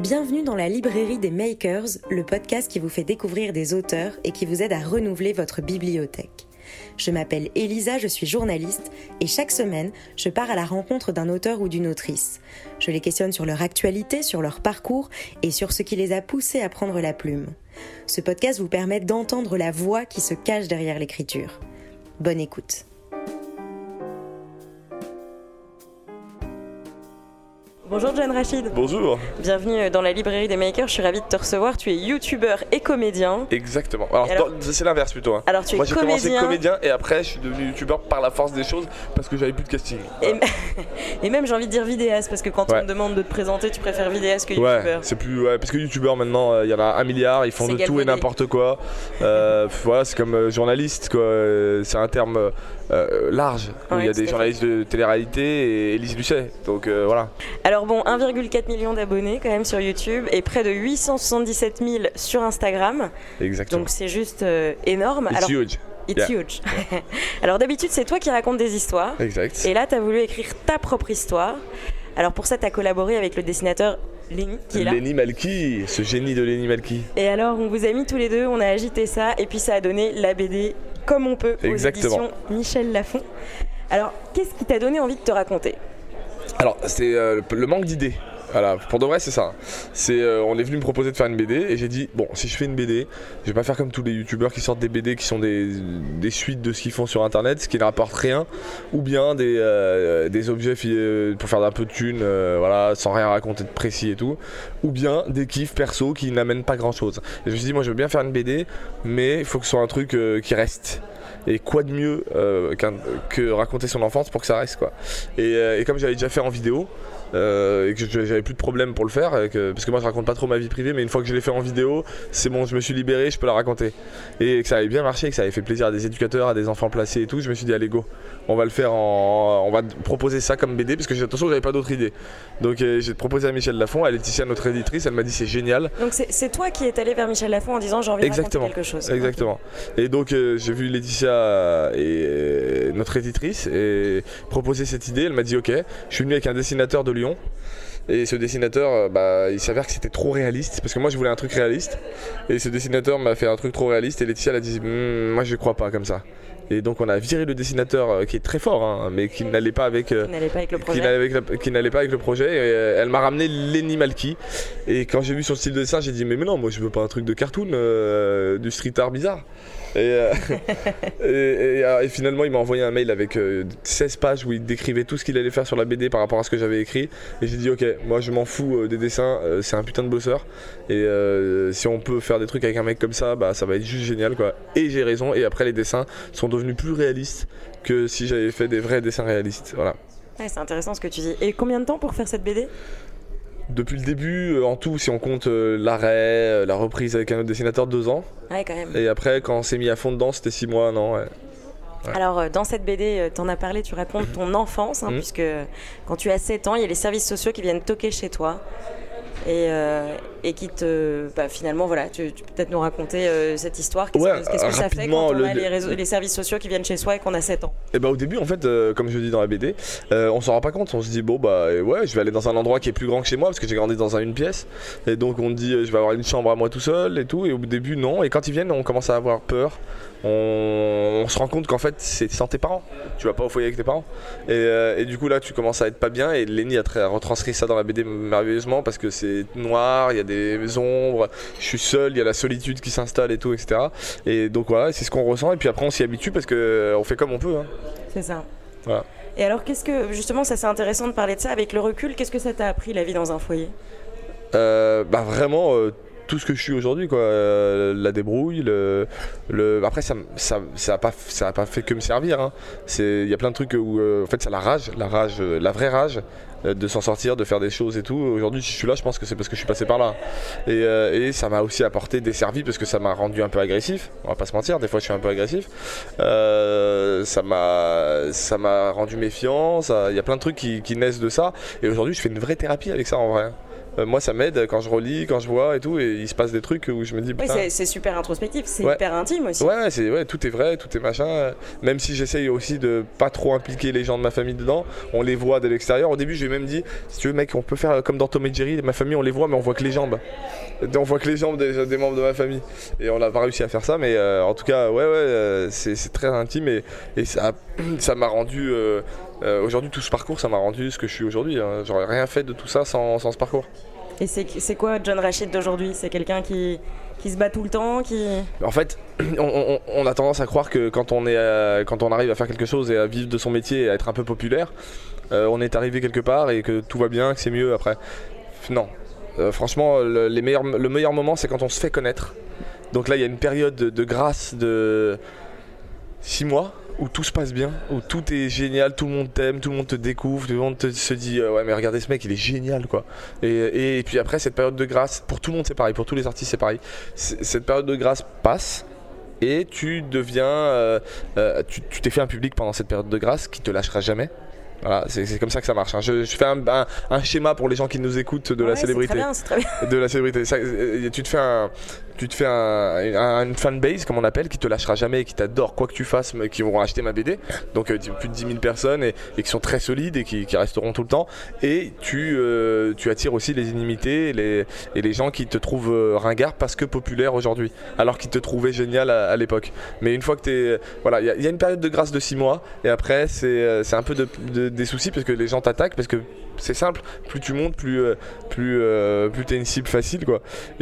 Bienvenue dans la librairie des Makers, le podcast qui vous fait découvrir des auteurs et qui vous aide à renouveler votre bibliothèque. Je m'appelle Elisa, je suis journaliste et chaque semaine, je pars à la rencontre d'un auteur ou d'une autrice. Je les questionne sur leur actualité, sur leur parcours et sur ce qui les a poussés à prendre la plume. Ce podcast vous permet d'entendre la voix qui se cache derrière l'écriture. Bonne écoute. Bonjour John Rachid. Bonjour. Bienvenue dans la librairie des Makers, je suis ravie de te recevoir. Tu es youtubeur et comédien. Exactement. Alors c'est l'inverse plutôt. Hein. Alors tu es Moi j'ai comédien. commencé comédien et après je suis devenu youtubeur par la force des choses parce que j'avais plus de casting. Voilà. Et même j'ai envie de dire vidéaste parce que quand on te demande de te présenter, tu préfères vidéaste que youtubeur. Ouais, c'est plus parce que youtubeur maintenant il y en a 1 milliard, ils font de tout et n'importe quoi. Voilà, c'est comme journaliste quoi. C'est un terme large où il y a des journalistes de télé-réalité et Élise Lucet. Donc voilà. Alors bon, 1,4 million d'abonnés quand même sur YouTube et près de 877 000 sur Instagram. Exactement. Donc c'est juste énorme. It's huge. It's huge. Alors d'habitude c'est toi qui racontes des histoires. Exact. Et là tu as voulu écrire ta propre histoire. Alors pour ça tu as collaboré avec le dessinateur Lenny qui est là. Lenny Malky, ce génie de Lenny Malky. Et alors on vous a mis tous les deux, on a agité ça et puis ça a donné la BD comme on peut aux éditions Michel Lafon. Alors qu'est-ce qui t'a donné envie de te raconter ? Alors c'est le manque d'idées. Voilà, pour de vrai c'est ça. On est venu me proposer de faire une BD et j'ai dit bon, si je fais une BD, je vais pas faire comme tous les youtubeurs qui sortent des BD qui sont des suites de ce qu'ils font sur internet, ce qui ne rapporte rien, ou bien des objets pour faire un peu de thunes, voilà, sans rien raconter de précis et tout, ou bien des kiffs perso qui n'amènent pas grand chose. Et je me suis dit moi je veux bien faire une BD, mais il faut que ce soit un truc qui reste. Et quoi de mieux que raconter son enfance pour que ça reste quoi. Et comme j'avais déjà fait en vidéo et que j'avais plus de problème pour le faire parce que moi je raconte pas trop ma vie privée, mais une fois que je l'ai fait en vidéo c'est bon, je me suis libéré, je peux la raconter et que ça avait bien marché, que ça avait fait plaisir à des éducateurs, à des enfants placés et tout. Je me suis dit allez go, on va le faire on va proposer ça comme BD parce que attention j'avais pas d'autres idées, donc j'ai proposé à Michel Lafon, à Laetitia notre éditrice, elle m'a dit c'est génial. Donc c'est toi qui es allé vers Michel Lafon en disant j'ai envie de raconter quelque chose. Exactement. Et donc j'ai vu Laetitia et notre éditrice et proposer cette idée, elle m'a dit ok. Je suis venu avec un dessinateur de Lyon et ce dessinateur il s'avère que c'était trop réaliste parce que moi je voulais un truc réaliste et ce dessinateur m'a fait un truc trop réaliste et Laetitia elle a dit moi je crois pas comme ça. Et donc on a viré le dessinateur qui est très fort hein, mais qui n'allait pas avec le projet et elle m'a ramené Lenny Malky et quand j'ai vu son style de dessin j'ai dit mais non, moi je veux pas un truc de cartoon, du street art bizarre. Et finalement il m'a envoyé un mail avec 16 pages où il décrivait tout ce qu'il allait faire sur la BD par rapport à ce que j'avais écrit et j'ai dit ok, moi je m'en fous des dessins, c'est un putain de bosseur et si on peut faire des trucs avec un mec comme ça, ça va être juste génial quoi. Et j'ai raison, et après les dessins sont devenus plus réalistes que si j'avais fait des vrais dessins réalistes, voilà. Ouais, c'est intéressant ce que tu dis. Et combien de temps pour faire cette BD ? Depuis le début, en tout, si on compte l'arrêt, la reprise avec un autre dessinateur, 2 ans. Ouais, quand même. Et après, quand on s'est mis à fond dedans, c'était 6 mois, 1 an. Ouais. Ouais. Alors, dans cette BD, t'en as parlé, tu racontes ton enfance, puisque quand tu as 7 ans, il y a les services sociaux qui viennent toquer chez toi. Et qui te finalement voilà, tu peux peut-être nous raconter cette histoire, qu'est-ce que ça fait quand on a les services sociaux qui viennent chez soi et qu'on a 7 ans. Et au début en fait comme je dis dans la BD, on s'en rend pas compte, on se dit ouais, je vais aller dans un endroit qui est plus grand que chez moi parce que j'ai grandi dans une pièce et donc on dit je vais avoir une chambre à moi tout seul et tout, et au début non, et quand ils viennent on commence à avoir peur, on se rend compte qu'en fait c'est sans tes parents, tu vas pas au foyer avec tes parents et du coup là tu commences à être pas bien, et Lenny a retranscrit ça dans la BD merveilleusement parce que c'est noir, il y a des ombres, je suis seul, il y a la solitude qui s'installe et tout, etc. Et donc voilà, c'est ce qu'on ressent et puis après on s'y habitue parce qu'on fait comme on peut. Hein. C'est ça. Voilà. Et alors qu'est-ce que, justement ça c'est intéressant de parler de ça avec le recul, qu'est-ce que ça t'a appris la vie dans un foyer ? Vraiment tout ce que je suis aujourd'hui quoi, la débrouille, après ça a pas fait que me servir hein. Il y a plein de trucs où en fait c'est la vraie rage de s'en sortir, de faire des choses et tout. Aujourd'hui si je suis là, je pense que c'est parce que je suis passé par là et ça m'a aussi apporté desservi parce que ça m'a rendu un peu agressif, on va pas se mentir, des fois je suis un peu agressif, ça m'a rendu méfiant, il y a plein de trucs qui naissent de ça, et aujourd'hui je fais une vraie thérapie avec ça en vrai. moi ça m'aide quand je relis, quand je vois et tout, et il se passe des trucs où je me dis putain. Oui, c'est super introspectif, c'est hyper intime aussi. Ouais, tout est vrai, tout est machin. Même si j'essaye aussi de pas trop impliquer les gens de ma famille dedans, on les voit de l'extérieur. Au début, je lui ai même dit, si tu veux mec, on peut faire comme dans Tom et Jerry, ma famille on les voit mais on voit que les jambes. On voit que les jambes des membres de ma famille. Et on n'a pas réussi à faire ça, mais en tout cas, c'est très intime et ça m'a rendu. Aujourd'hui, tout ce parcours, ça m'a rendu ce que je suis aujourd'hui. Hein. J'aurais rien fait de tout ça sans ce parcours. Et c'est quoi John Rachid d'aujourd'hui? C'est quelqu'un qui se bat tout le temps, En fait, on a tendance à croire que quand on arrive à faire quelque chose et à vivre de son métier et à être un peu populaire, on est arrivé quelque part et que tout va bien, que c'est mieux après. Non. Franchement, le meilleur moment, c'est quand on se fait connaître. Donc là, il y a une période de grâce de 6 mois où tout se passe bien, où tout est génial, tout le monde t'aime, tout le monde te découvre, tout le monde se dit ouais mais regardez ce mec, il est génial quoi. Et puis après cette période de grâce, pour tout le monde c'est pareil, pour tous les artistes c'est pareil. Cette période de grâce passe et tu deviens, tu t'es fait un public pendant cette période de grâce qui te lâchera jamais. Voilà, c'est comme ça que ça marche. Hein. Je fais un schéma pour les gens qui nous écoutent de la célébrité. C'est très bien. De la célébrité. Tu te fais une fanbase, comme on appelle, qui te lâchera jamais et qui t'adore quoi que tu fasses, mais qui vont acheter ma BD. Donc plus de 10 000 personnes et qui sont très solides et qui resteront tout le temps. Et tu attires aussi les inimitiés et les gens qui te trouvent ringard parce que populaire aujourd'hui, alors qu'ils te trouvaient génial à l'époque. Mais une fois que t'es... Voilà, il y a une période de grâce de 6 mois et après c'est un peu des soucis parce que les gens t'attaquent parce que c'est simple, plus tu montes, plus t'es une cible facile quoi.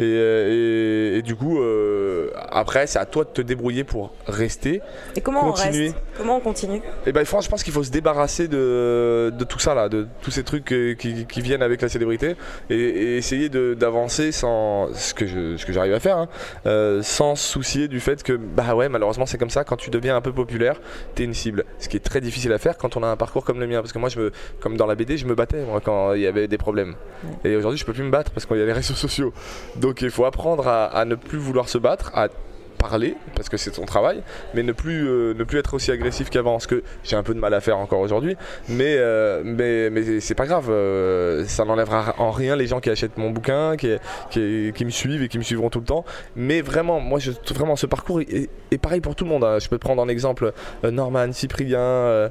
Et du coup après c'est à toi de te débrouiller pour rester. Et comment continuer. On reste? Comment on continue? Et ben franchement je pense qu'il faut se débarrasser de tout ça là, de tous ces trucs qui viennent avec la célébrité et essayer d'avancer sans ce que j'arrive à faire sans se soucier du fait que bah ouais malheureusement c'est comme ça, quand tu deviens un peu populaire t'es une cible, ce qui est très difficile à faire quand on a un parcours comme le mien, parce que moi comme dans la BD je me battais moi, quand il y avait des problèmes. Et aujourd'hui je peux plus me battre parce qu'il y a les réseaux sociaux. Donc il faut apprendre à ne plus vouloir se battre, à parler parce que c'est son travail, mais ne plus être aussi agressif qu'avant, ce que j'ai un peu de mal à faire encore aujourd'hui, mais c'est pas grave, ça n'enlèvera en rien les gens qui achètent mon bouquin, qui me suivent et qui me suivront tout le temps. Mais vraiment, moi vraiment ce parcours est pareil pour tout le monde. Je peux te prendre en exemple Norman, Cyprien,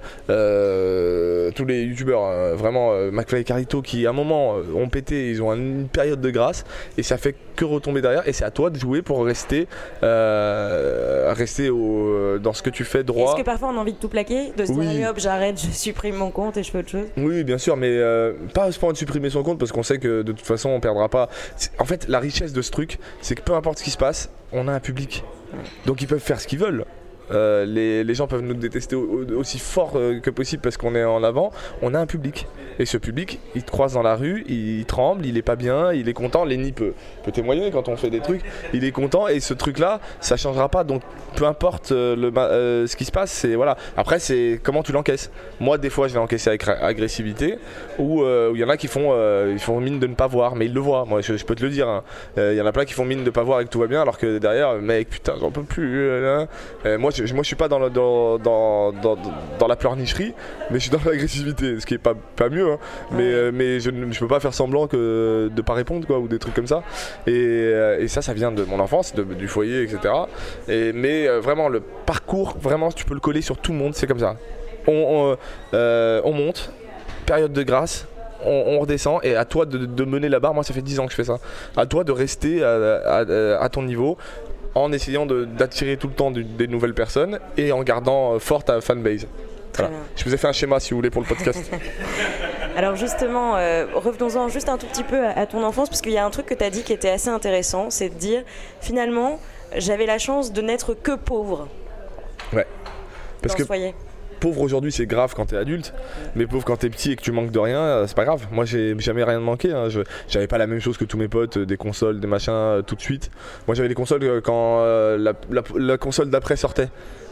tous les youtubeurs, vraiment McFly et Carlito qui à un moment ont pété, ils ont une période de grâce et ça fait que retomber derrière, et c'est à toi de jouer pour rester dans ce que tu fais droit. Est-ce que parfois on a envie de tout plaquer, de se dire allez hop j'arrête, je supprime mon compte et je fais autre chose? Oui bien sûr, mais pas à ce point de supprimer son compte parce qu'on sait que de toute façon on perdra pas. En fait la richesse de ce truc c'est que peu importe ce qui se passe, on a un public, donc ils peuvent faire ce qu'ils veulent. Les gens peuvent nous détester aussi fort que possible parce qu'on est en avant, on a un public et ce public il te croise dans la rue, il tremble, il est pas bien, il est content. Lenny peut témoigner quand on fait des trucs, il est content et ce truc là ça changera pas, donc peu importe ce qui se passe, c'est voilà. Après c'est comment tu l'encaisses. Moi des fois je vais encaisser avec agressivité ou il y en a qui ils font mine de ne pas voir, mais ils le voient. Moi je peux te le dire il y en a plein qui font mine de pas voir et que tout va bien alors que derrière mec putain j'en peux plus moi je suis pas dans la pleurnicherie, mais je suis dans l'agressivité, ce qui est pas mieux mais je peux pas faire semblant de pas répondre quoi, ou des trucs comme ça et ça vient de mon enfance, du foyer etc. Mais vraiment le parcours, vraiment tu peux le coller sur tout le monde, c'est comme ça. On monte, période de grâce, on redescend et à toi de mener la barre. Moi ça fait 10 ans que je fais ça, à toi de rester à ton niveau en essayant d'attirer tout le temps des nouvelles personnes et en gardant forte ta fanbase. Voilà. Je vous ai fait un schéma si vous voulez pour le podcast. Alors justement, revenons-en juste un tout petit peu à ton enfance, parce qu'il y a un truc que tu as dit qui était assez intéressant, c'est de dire finalement j'avais la chance de n'être que pauvre. Ouais. Parce dans ce foyer. Pauvre aujourd'hui c'est grave quand t'es adulte, mais pauvre quand t'es petit et que tu manques de rien, c'est pas grave. Moi j'ai jamais rien manqué, j'avais pas la même chose que tous mes potes, des consoles, des machins tout de suite. Moi j'avais des consoles quand la console d'après sortait.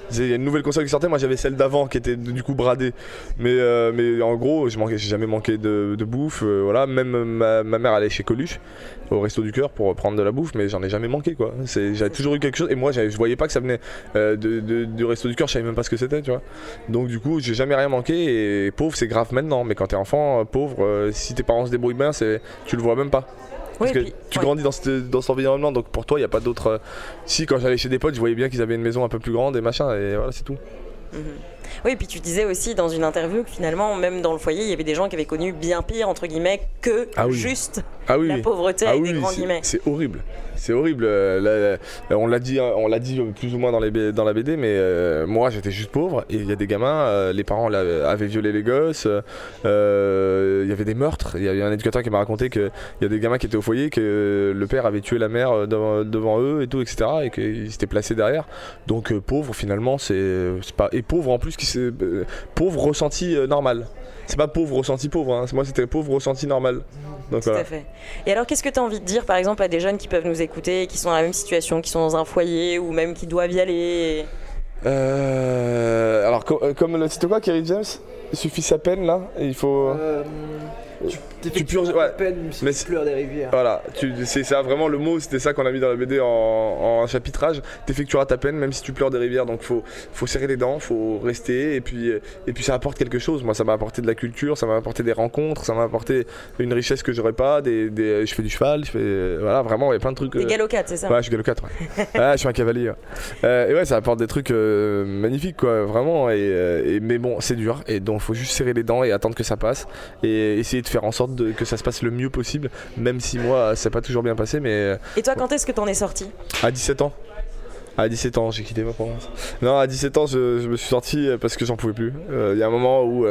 Il y a une nouvelle console qui sortait, moi j'avais celle d'avant qui était du coup bradée. Mais en gros, j'ai jamais manqué de bouffe. Voilà. Même ma mère allait chez Coluche, au Resto du Cœur pour prendre de la bouffe, mais j'en ai jamais manqué quoi. J'avais toujours eu quelque chose et moi je voyais pas que ça venait du Resto du Cœur, je savais même pas ce que c'était, tu vois. Donc du coup, j'ai jamais rien manqué et pauvre c'est grave maintenant, mais quand t'es enfant, pauvre, si tes parents se débrouillent bien, tu le vois même pas. Parce que tu grandis dans cet environnement, donc pour toi il n'y a pas d'autre. Si, quand j'allais chez des potes, je voyais bien qu'ils avaient une maison un peu plus grande et machin, et voilà, c'est tout. Oui, et puis tu disais aussi dans une interview que finalement, même dans le foyer, il y avait des gens qui avaient connu bien pire, entre guillemets, que juste la pauvreté avec des grands guillemets. C'est horrible. C'est horrible. On l'a dit plus ou moins dans la BD, mais moi j'étais juste pauvre et il y a des gamins, les parents avaient violé les gosses, il y avait des meurtres. Il y a un éducateur qui m'a raconté qu'il y a des gamins qui étaient au foyer, que le père avait tué la mère devant eux et tout, etc. et qu'il s'était placé derrière. Donc pauvre finalement, c'est pas. Et pauvre en plus, pauvre ressenti normal. C'est pas pauvre ressenti pauvre, hein. Moi c'était pauvre ressenti normal. Donc, tout à fait. Et alors qu'est-ce que tu as envie de dire par exemple à des jeunes qui peuvent nous écouter, qui sont dans la même situation, qui sont dans un foyer ou même qui doivent y aller Alors comme le c'était quoi Kerry James, il suffit sa peine là et il faut... Tu purges ta peine si tu pleures des rivières. Voilà, c'est ça vraiment le mot, c'était ça qu'on a mis dans la BD en chapitrage. T'effectueras ta peine même si tu pleures des rivières, donc faut serrer les dents, faut rester et puis ça apporte quelque chose. Moi ça m'a apporté de la culture, ça m'a apporté des rencontres, ça m'a apporté une richesse que j'aurais pas, je fais du cheval, voilà vraiment il y a plein de trucs. Des galocates, c'est ça? Ouais, je suis galocate, ouais. Ouais, je suis un cavalier. Ouais. Et ouais, ça apporte des trucs magnifiques quoi, vraiment mais bon, c'est dur et donc faut juste serrer les dents et attendre que ça passe et essayer de faire en sorte que ça se passe le mieux possible, même si moi ça n'a pas toujours bien passé. Mais et toi, quand est-ce que t'en es sorti? À 17 ans. À 17 ans, j'ai quitté ma province. Non, à 17 ans, je me suis sorti parce que j'en pouvais plus. Il y a un moment où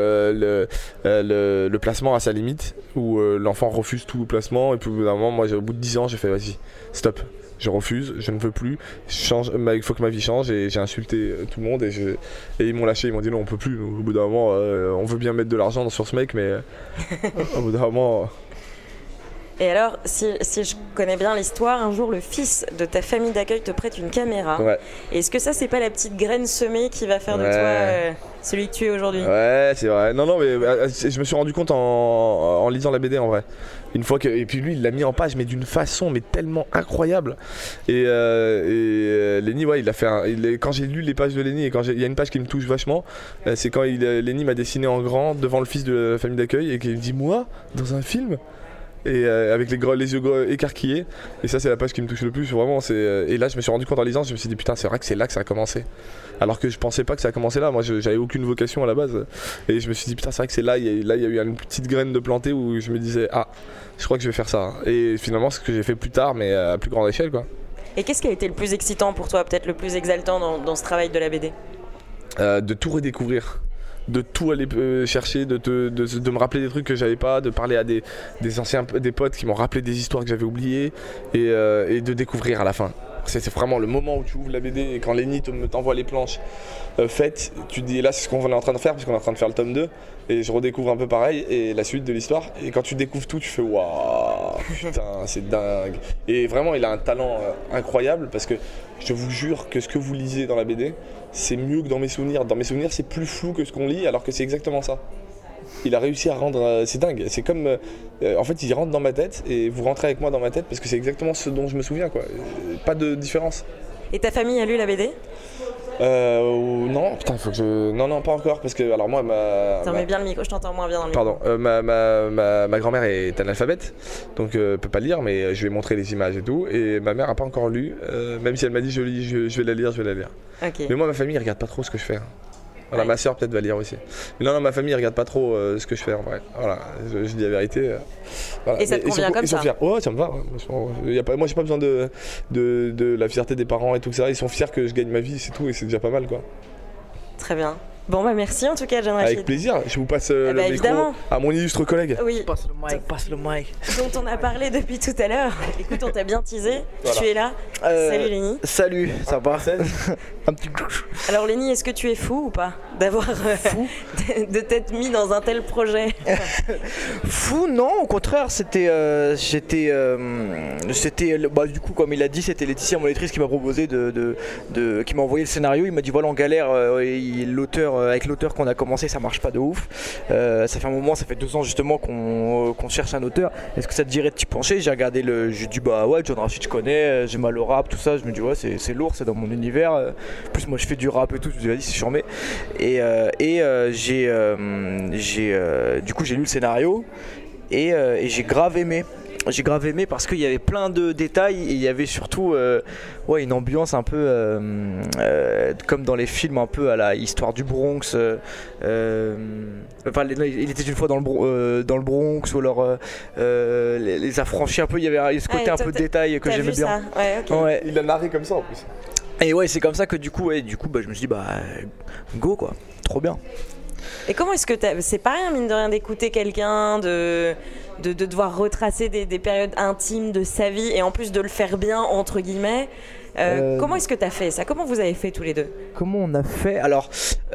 le placement a sa limite, où l'enfant refuse tout placement, et puis au bout d'un moment, moi, au bout de 10 ans, j'ai fait vas-y, stop. Je refuse, je ne veux plus, il faut que ma vie change et j'ai insulté tout le monde et ils m'ont lâché, ils m'ont dit non on peut plus, au bout d'un moment on veut bien mettre de l'argent sur ce mec mais au bout d'un moment... Et alors, si je connais bien l'histoire, un jour le fils de ta famille d'accueil te prête une caméra. Ouais. Et est-ce que ça c'est pas la petite graine semée qui va faire de toi celui que tu es aujourd'hui? Ouais, c'est vrai. Non mais je me suis rendu compte en lisant la BD en vrai. Une fois et puis lui il l'a mis en page mais d'une façon mais tellement incroyable. Et Lenny, ouais, il a fait quand j'ai lu les pages de Lenny et il y a une page qui me touche vachement, c'est quand Lenny m'a dessiné en grand devant le fils de la famille d'accueil et qu'il me dit moi dans un film. Et avec les yeux écarquillés, et ça c'est la page qui me touche le plus vraiment. Et là je me suis rendu compte en lisant, je me suis dit putain c'est vrai que c'est là que ça a commencé, alors que je pensais pas que ça a commencé là. Moi j'avais aucune vocation à la base et je me suis dit putain c'est vrai que c'est là il y a eu une petite graine de plantée où je me disais ah je crois que je vais faire ça, et finalement c'est ce que j'ai fait plus tard mais à plus grande échelle quoi. Et qu'est-ce qui a été le plus excitant pour toi, peut-être le plus exaltant dans ce travail de la BD? De tout redécouvrir, de tout aller chercher, de me rappeler des trucs que j'avais pas, de parler à des potes qui m'ont rappelé des histoires que j'avais oubliées et de découvrir à la fin. C'est vraiment le moment où tu ouvres la BD et quand Lenny t'envoie les planches faites, tu te dis là c'est ce qu'on est en train de faire puisqu'on est en train de faire le tome 2 et je redécouvre un peu pareil et la suite de l'histoire, et quand tu découvres tout tu fais waouh putain c'est dingue. Et vraiment il a un talent incroyable parce que je vous jure que ce que vous lisez dans la BD c'est mieux que dans mes souvenirs. Dans mes souvenirs c'est plus flou que ce qu'on lit alors que c'est exactement ça. Il a réussi à rendre... c'est dingue, c'est comme... en fait il rentre dans ma tête et vous rentrez avec moi dans ma tête parce que c'est exactement ce dont je me souviens quoi. Pas de différence. Et ta famille a lu la BD? Non, putain, faut que je... Non, pas encore, parce que, alors moi, mets bien le micro, je t'entends moins bien dans le micro. Pardon, ma grand-mère est analphabète, donc peut pas lire, mais je vais montrer les images et tout, et ma mère a pas encore lu, même si elle m'a dit je vais la lire, Okay. Mais moi, ma famille, regarde pas trop ce que je fais. Voilà, ma soeur peut-être va lire aussi. Mais non, ma famille regarde pas trop ce que je fais en vrai. Voilà, je dis la vérité. Voilà. Et ça te convient comme ça? Ils sont fiers. Ouais, ça me va. Ouais. Moi, j'ai pas besoin de la fierté des parents et tout ça. Ils sont fiers que je gagne ma vie, c'est tout, et c'est déjà pas mal quoi. Très bien. Bon bah merci en tout cas John Rachid. Avec plaisir, je vous passe le micro évidemment. À mon illustre collègue. Oui. Passe le mic. Dont on a parlé depuis tout à l'heure. Écoute, on t'a bien teasé, voilà. Tu es là. Salut Lenny. Salut, ça va? Un petit... Alors Lenny, est-ce que tu es fou ou pas? d'avoir de t'être mis dans un tel projet? Fou, non, au contraire, du coup, comme il a dit, c'était Laetitia, mon lectrice, qui m'a proposé qui m'a envoyé le scénario. Il m'a dit voilà, en galère, avec l'auteur qu'on a commencé, ça marche pas de ouf. Ça fait un moment, ça fait 2 ans justement qu'on cherche un auteur. Est-ce que ça te dirait de t'y pencher? J'ai regardé j'ai dit bah ouais, John Rachid je connais, j'ai mal au rap, tout ça. Je me dis ouais, c'est lourd, c'est dans mon univers. Plus moi je fais du rap et tout. Je me dis vas-y, c'est charmé. Du coup j'ai lu le scénario et j'ai grave aimé. J'ai grave aimé parce qu'il y avait plein de détails et il y avait surtout une ambiance un peu comme dans les films, un peu à la Histoire du Bronx. Il était une fois dans le Bronx, ou alors les Affranchis, un peu. Il y avait ce côté un peu de détail que j'aimais bien. Ouais, okay. Ouais. Il l'a narré comme ça en plus. Et ouais, c'est comme ça que du coup, je me suis dit go quoi, trop bien. Et comment est-ce que c'est pas rien mine de rien d'écouter quelqu'un, de devoir retracer des périodes intimes de sa vie et en plus de le faire bien entre guillemets. Comment est-ce que tu as fait ça? Comment vous avez fait tous les deux? Comment on a fait? Alors, tu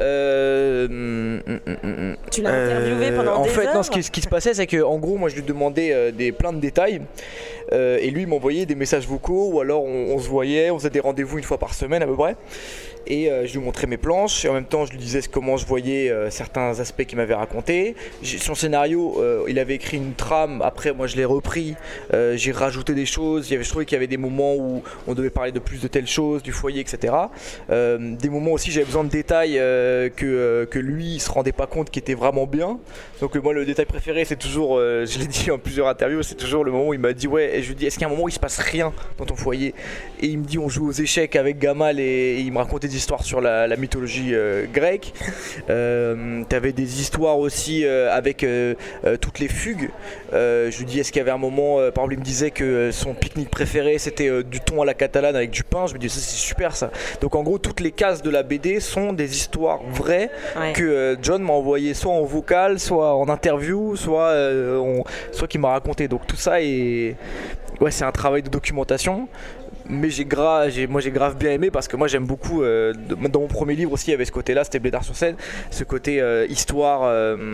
l'as interviewé pendant des heures? Non, ce qui se passait, c'est qu'en gros, moi je lui demandais plein de détails. Et lui il m'envoyait des messages vocaux, ou alors on se voyait, on faisait des rendez-vous 1 fois par semaine à peu près. Et je lui montrais mes planches et en même temps je lui disais comment je voyais certains aspects qu'il m'avait racontés. Son scénario, il avait écrit une trame, après moi je l'ai repris, j'ai rajouté des choses. Je trouvais qu'il y avait des moments où on devait parler de plus de telles choses, du foyer, etc. Des moments aussi j'avais besoin de détails que lui il se rendait pas compte qui étaient vraiment bien. Donc moi le détail préféré c'est toujours, je l'ai dit en plusieurs interviews, c'est toujours le moment où il m'a dit ouais, et je lui dis est-ce qu'il y a un moment où il se passe rien dans ton foyer? Et il me dit on joue aux échecs avec Gamal et il me racontait des histoires sur la mythologie grecque. T'avais des histoires aussi avec toutes les fugues. Je lui dis est-ce qu'il y avait un moment, par exemple il me disait que son pique-nique préféré c'était du thon à la catalane avec du pain. Je me dis ça c'est super ça. Donc en gros toutes les cases de la BD sont des histoires vraies que John m'a envoyé soit en vocal, soit en interview, soit qu'il m'a raconté. Donc tout ça c'est un travail de documentation. Mais j'ai grave bien aimé parce que moi j'aime beaucoup, dans mon premier livre aussi il y avait ce côté là, c'était Blédard-sur-Seine, ce côté histoire,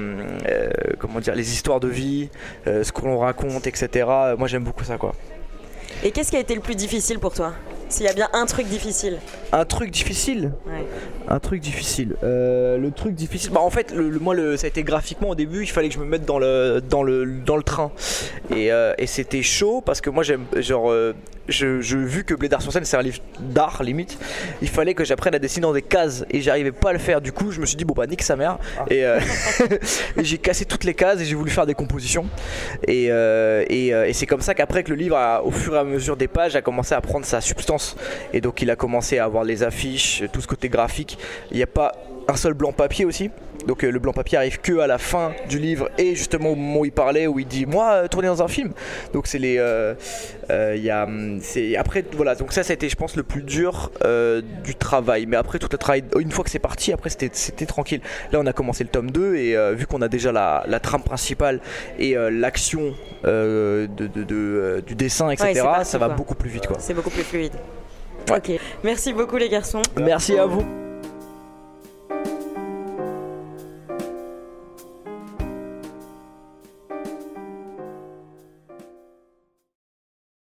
les histoires de vie, ce que l'on raconte, etc. Moi j'aime beaucoup ça quoi. Et qu'est-ce qui a été le plus difficile pour toi? S'il y a bien un truc difficile. Un truc difficile? Ouais. Un truc difficile. Le truc difficile. En fait, moi, ça a été graphiquement au début. Il fallait que je me mette dans le train. Et c'était chaud parce que moi, j'aime vu que Blédard-sur-Seine c'est un livre d'art limite, il fallait que j'apprenne à dessiner dans des cases et j'arrivais pas à le faire. Du coup, je me suis dit nique sa mère. Et j'ai cassé toutes les cases et j'ai voulu faire des compositions. Et c'est comme ça qu'après que le livre, au fur et à mesure des pages, a commencé à prendre sa substance. Et donc il a commencé à avoir les affiches, tout ce côté graphique. Il n'y a pas un seul blanc papier aussi. Donc le blanc papier arrive que à la fin du livre et justement au moment où il parlait, où il dit moi tourner dans un film. Donc c'est après voilà, donc ça a été je pense le plus dur du travail. Mais après tout le travail, une fois que c'est parti, après c'était tranquille. Là on a commencé le tome 2 et vu qu'on a déjà la trame principale et l'action du dessin, etc. Parti, ça va beaucoup plus vite quoi. C'est beaucoup plus fluide. Ok, merci beaucoup les garçons. Merci à vous.